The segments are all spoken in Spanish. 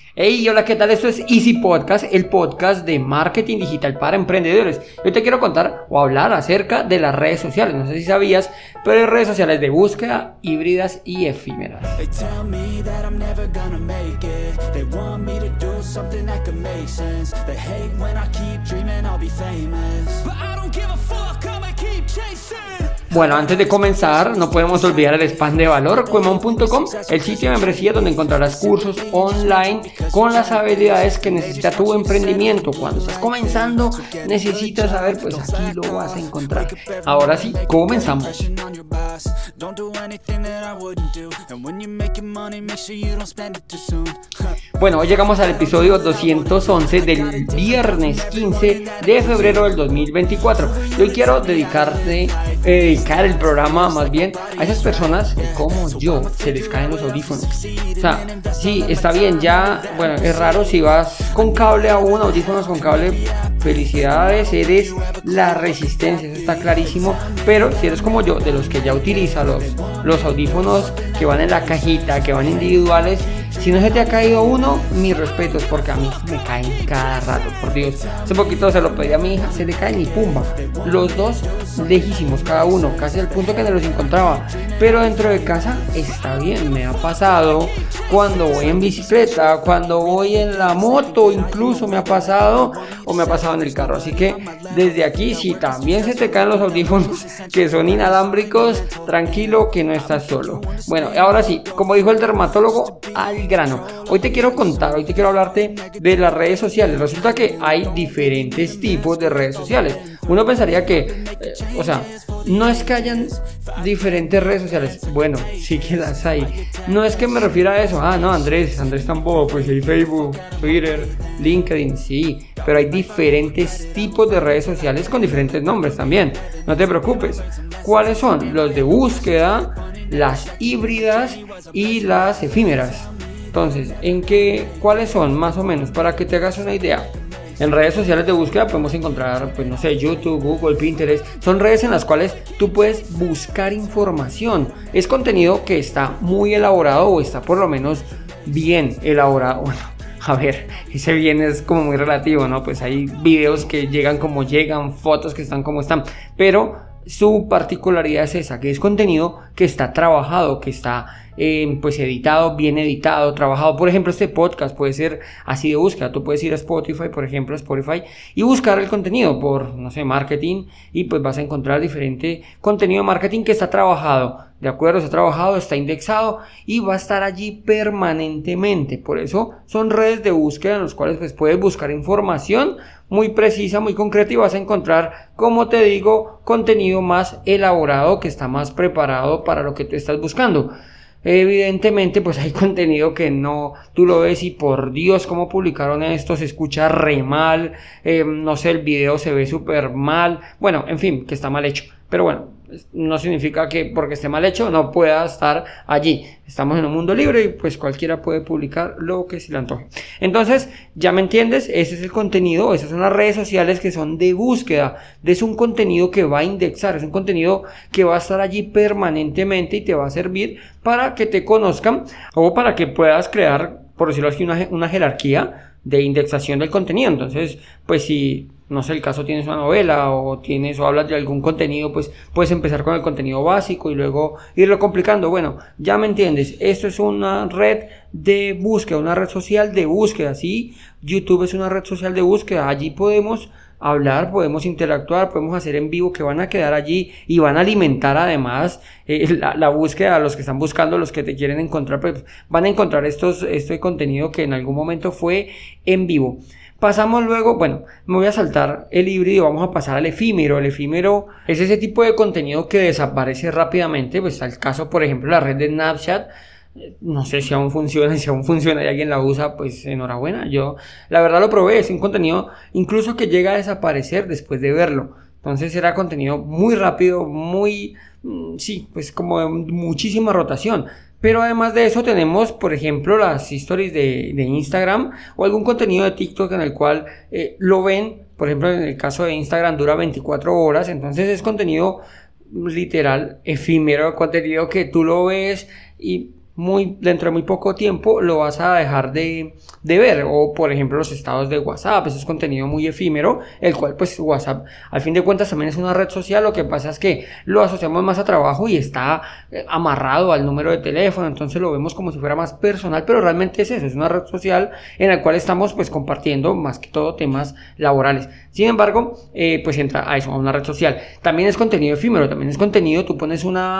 Hey, hola, ¿qué tal? Esto es Easy Podcast, el podcast de marketing digital para emprendedores. Yo te quiero contar o hablar acerca de las redes sociales. No sé si sabías, pero hay redes sociales de búsqueda, híbridas y efímeras. Bueno, antes de comenzar, no podemos olvidar el spam de valor, cuemon.com, el sitio de membresía donde encontrarás cursos online con las habilidades que necesita tu emprendimiento. Cuando estás comenzando, necesitas saber, pues aquí lo vas a encontrar. Ahora sí, comenzamos. Bueno, hoy llegamos al episodio 211 del viernes 15 de febrero del 2024. Y hoy quiero dedicar el programa más bien a esas personas que como yo se les caen los audífonos. O sea, sí, está bien, ya, bueno, es raro si vas con cable aún, audífonos con cable, felicidades, eres la resistencia, eso está clarísimo. Pero si eres como yo, de los que ya utiliza los audífonos que van en la cajita, que van individuales, si no se te ha caído uno, mis respetos, porque a mí me caen cada rato, por Dios. Hace poquito se lo pedí a mi hija, se le caen y pumba. Los dos lejísimos cada uno, casi al punto que no los encontraba. Pero dentro de casa está bien, me ha pasado cuando voy en bicicleta, cuando voy en la moto, incluso me ha pasado o me ha pasado en el carro. Así que desde aquí, si también se te caen los audífonos que son inalámbricos, tranquilo que no estás solo. Bueno, ahora sí, como dijo el dermatólogo, al grano. Hoy te quiero hablarte de las redes sociales. Resulta que hay diferentes tipos de redes sociales. Uno pensaría que, no es que hayan diferentes redes sociales. Bueno, sí que las hay. No es que me refiera a eso. No, Andrés tampoco. Pues hay Facebook, Twitter, LinkedIn, sí. Pero hay diferentes tipos de redes sociales con diferentes nombres también. No te preocupes. ¿Cuáles son? Los de búsqueda, las híbridas y las efímeras. Entonces, ¿cuáles son más o menos? Para que te hagas una idea. En redes sociales de búsqueda podemos encontrar, YouTube, Google, Pinterest. Son redes en las cuales tú puedes buscar información. Es contenido que está muy elaborado o está por lo menos bien elaborado. Bueno, a ver, ese bien es como muy relativo, ¿no? Pues hay videos que llegan como llegan, fotos que están como están, pero su particularidad es esa, que es contenido que está trabajado, que está editado, bien editado, trabajado. Por ejemplo, este podcast puede ser así de búsqueda. Tú puedes ir a Spotify, por ejemplo, y buscar el contenido por, marketing, y pues vas a encontrar diferente contenido de marketing que está trabajado, ¿de acuerdo? Está trabajado, está indexado y va a estar allí permanentemente. Por eso son redes de búsqueda en las cuales pues puedes buscar información muy precisa, muy concreta, y vas a encontrar, como te digo, contenido más elaborado que está más preparado para lo que tú estás buscando. Evidentemente pues hay contenido que no, tú lo ves y por Dios, cómo publicaron esto, se escucha re mal, el video se ve súper mal, bueno, en fin, que está mal hecho. Pero bueno, no significa que porque esté mal hecho no pueda estar allí. Estamos en un mundo libre y pues cualquiera puede publicar lo que se le antoje. Entonces, ya me entiendes, ese es el contenido, esas son las redes sociales que son de búsqueda. Es un contenido que va a indexar, es un contenido que va a estar allí permanentemente y te va a servir para que te conozcan o para que puedas crear, por decirlo así, una jerarquía de indexación del contenido. Entonces, pues si el caso tienes una novela o hablas de algún contenido, pues puedes empezar con el contenido básico y luego irlo complicando. Bueno, ya me entiendes, esto es una red de búsqueda, una red social de búsqueda, ¿sí? YouTube es una red social de búsqueda, allí podemos hablar, podemos interactuar, podemos hacer en vivo que van a quedar allí y van a alimentar además la búsqueda. A los que están buscando, los que te quieren encontrar, pues van a encontrar este contenido que en algún momento fue en vivo. Pasamos luego, me voy a saltar el híbrido, vamos a pasar al efímero. El efímero es ese tipo de contenido que desaparece rápidamente. Pues está el caso, por ejemplo, la red de Snapchat. No sé si aún funciona y alguien la usa, pues enhorabuena. Yo la verdad lo probé, es un contenido incluso que llega a desaparecer después de verlo. Entonces era contenido muy rápido, pues como de muchísima rotación. Pero además de eso tenemos, por ejemplo, las stories de Instagram o algún contenido de TikTok en el cual lo ven. Por ejemplo, en el caso de Instagram dura 24 horas, entonces es contenido literal efímero, contenido que tú lo ves y dentro de muy poco tiempo lo vas a dejar de ver. O por ejemplo los estados de WhatsApp, eso es contenido muy efímero, el cual pues WhatsApp al fin de cuentas también es una red social. Lo que pasa es que lo asociamos más a trabajo y está amarrado al número de teléfono, entonces lo vemos como si fuera más personal, pero realmente es eso, es una red social en la cual estamos pues compartiendo más que todo temas laborales. Sin embargo, pues entra a eso, a una red social. También es contenido efímero, también es contenido, tú pones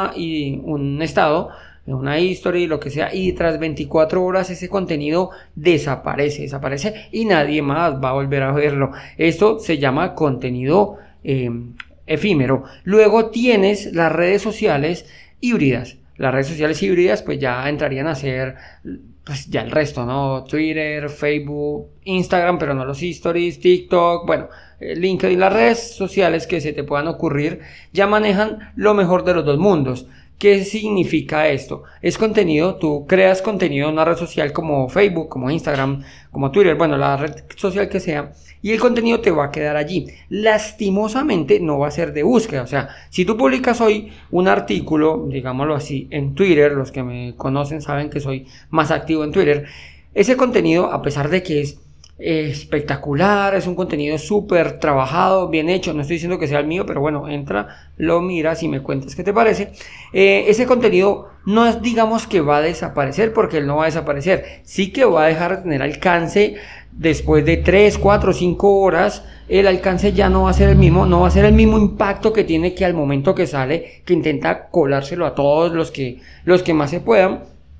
un estado, una history, lo que sea, y tras 24 horas ese contenido desaparece y nadie más va a volver a verlo. Esto se llama contenido efímero. Luego tienes las redes sociales híbridas. Las redes sociales híbridas pues ya entrarían a ser pues ya el resto, ¿no? Twitter, Facebook, Instagram, pero no los stories, TikTok, bueno, LinkedIn. Las redes sociales que se te puedan ocurrir ya manejan lo mejor de los dos mundos. ¿Qué significa esto? Es contenido, tú creas contenido en una red social como Facebook, como Instagram, como Twitter, bueno, la red social que sea, y el contenido te va a quedar allí. Lastimosamente no va a ser de búsqueda. O sea, si tú publicas hoy un artículo, digámoslo así, en Twitter, los que me conocen saben que soy más activo en Twitter, ese contenido, a pesar de que es espectacular, es un contenido súper trabajado, bien hecho, no estoy diciendo que sea el mío, pero bueno, entra, lo miras y me cuentas qué te parece. Ese contenido no es, digamos, que va a desaparecer, porque él no va a desaparecer, sí que va a dejar de tener alcance. Después de 3, 4, 5 horas, el alcance ya no va a ser el mismo, no va a ser el mismo impacto que tiene que al momento que sale, que intenta colárselo a todos los que más se puedan,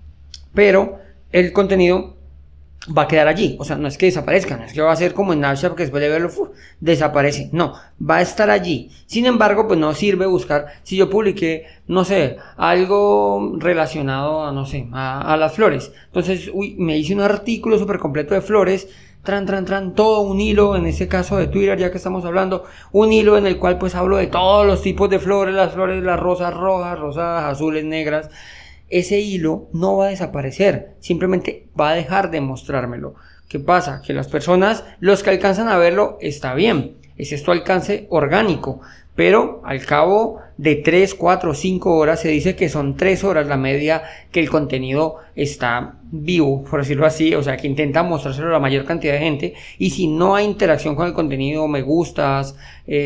pero el contenido va a quedar allí. O sea, no es que desaparezca, no es que va a ser como en Snapchat que después de verlo desaparece, no, va a estar allí. Sin embargo, pues no sirve buscar. Si yo publiqué, no sé, algo relacionado a, no sé, a las flores, entonces, me hice un artículo súper completo de flores, todo un hilo, en este caso de Twitter, ya que estamos hablando, un hilo en el cual pues hablo de todos los tipos de flores, las rosas rojas, rosadas, azules, negras. Ese hilo no va a desaparecer, simplemente va a dejar de mostrármelo. ¿Qué pasa? Que las personas, los que alcanzan a verlo, está bien, es esto alcance orgánico, pero al cabo de 3, 4, 5 horas, se dice que son 3 horas la media que el contenido está vivo, por decirlo así, o sea que intenta mostrárselo a la mayor cantidad de gente, y si no hay interacción con el contenido, me gustas,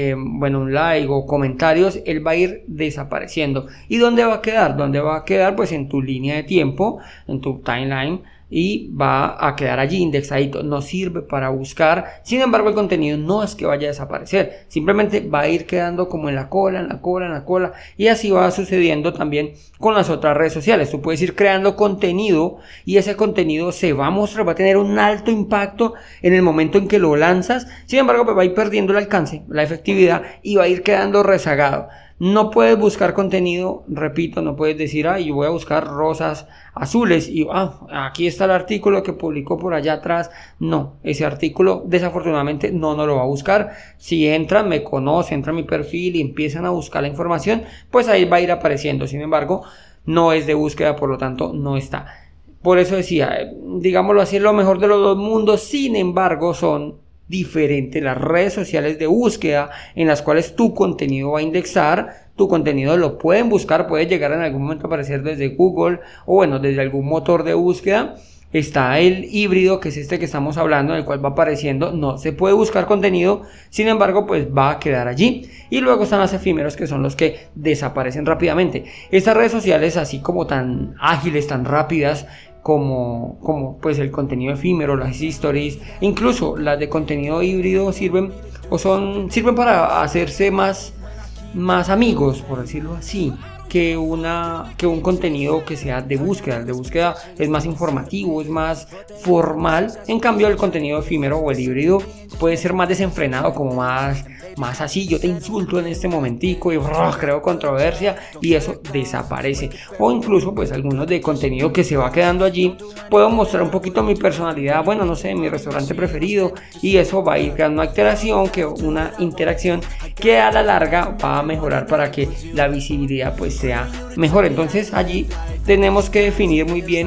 un like o comentarios, él va a ir desapareciendo. ¿Y dónde va a quedar? ¿Dónde va a quedar? Pues en tu línea de tiempo, en tu timeline, y va a quedar allí indexadito, no sirve para buscar. Sin embargo, el contenido no es que vaya a desaparecer, simplemente va a ir quedando como en la cola, y así va sucediendo también con las otras redes sociales. Tú puedes ir creando contenido y ese contenido se va a mostrar, va a tener un alto impacto en el momento en que lo lanzas. Sin embargo, pues va a ir perdiendo el alcance, la efectividad, y va a ir quedando rezagado. No puedes buscar contenido, repito, no puedes decir, yo voy a buscar rosas azules y aquí está el artículo que publicó por allá atrás. No, ese artículo desafortunadamente no lo va a buscar. Si entran, me conocen, entran a mi perfil y empiezan a buscar la información, pues ahí va a ir apareciendo. Sin embargo, no es de búsqueda, por lo tanto no está. Por eso decía, digámoslo así, es lo mejor de los dos mundos. Sin embargo, son diferente las redes sociales de búsqueda en las cuales tu contenido va a indexar, tu contenido lo pueden buscar, puede llegar en algún momento a aparecer desde Google o bueno, desde algún motor de búsqueda. Está el híbrido, que es este que estamos hablando, en el cual va apareciendo, no se puede buscar contenido, sin embargo pues va a quedar allí. Y luego están los efímeros, que son los que desaparecen rápidamente. Estas redes sociales, así como tan ágiles, tan rápidas, como pues el contenido efímero, las stories, incluso las de contenido híbrido sirven para hacerse más amigos, por decirlo así, que un contenido que sea de búsqueda. El de búsqueda es más informativo, es más formal. En cambio, el contenido efímero o el híbrido puede ser más desenfrenado, como más así, yo te insulto en este momentico y creo controversia, y eso desaparece. O incluso pues algunos de contenido que se va quedando allí, puedo mostrar un poquito mi personalidad, bueno, no sé, mi restaurante preferido, y eso va a ir creando una interacción que a la larga va a mejorar para que la visibilidad pues sea mejor. Entonces allí tenemos que definir muy bien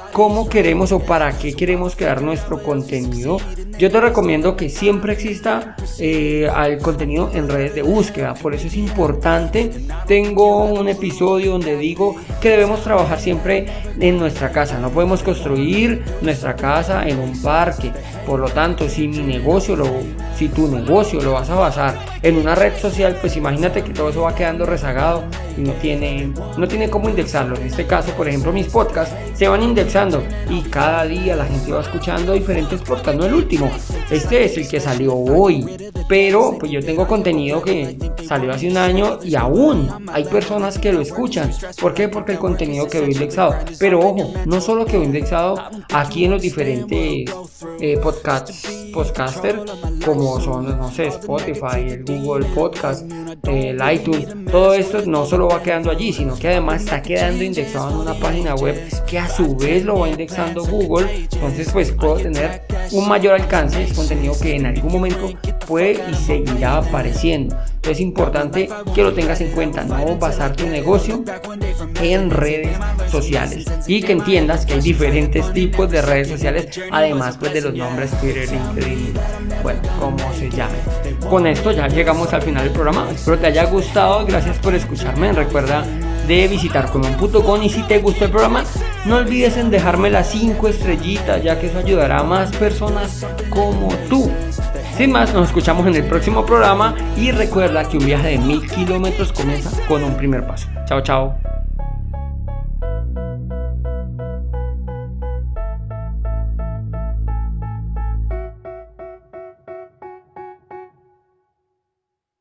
cómo queremos o para qué queremos crear nuestro contenido, yo te recomiendo que siempre exista el contenido en redes de búsqueda. Por eso es importante. Tengo un episodio donde digo que debemos trabajar siempre en nuestra casa. No podemos construir nuestra casa en un parque. Por lo tanto, si tu negocio lo vas a basar en una red social, pues imagínate que todo eso va quedando rezagado y no tiene cómo indexarlo. En este caso, por ejemplo, mis podcasts se van indexando y cada día la gente va escuchando diferentes podcasts, no el último. Este es el que salió hoy, pero pues yo tengo contenido que salió hace un año y aún hay personas que lo escuchan. ¿Por qué? Porque el contenido quedó indexado. Pero ojo, no solo quedó indexado aquí en los diferentes podcaster, como son, no sé, Spotify, el Google Podcast, el iTunes. Todo esto no solo va quedando allí, sino que además está quedando indexado en una página web que a su vez lo va indexando Google. Entonces pues puedo tener un mayor alcance. Es contenido que en algún momento puede y seguirá apareciendo. Entonces es importante que lo tengas en cuenta, no basar tu negocio en redes sociales, y que entiendas que hay diferentes tipos de redes sociales, además pues de los nombres Twitter, LinkedIn, bueno, como se llame. Con esto ya llegamos al final del programa. Espero te haya gustado. Gracias por escucharme. Recuerda de visitar colon.com, y si te gustó el programa, no olvides en dejarme las 5 estrellitas, ya que eso ayudará a más personas como tú. Sin más, nos escuchamos en el próximo programa, y recuerda que un viaje de 1000 kilómetros comienza con un primer paso. Chao, chao.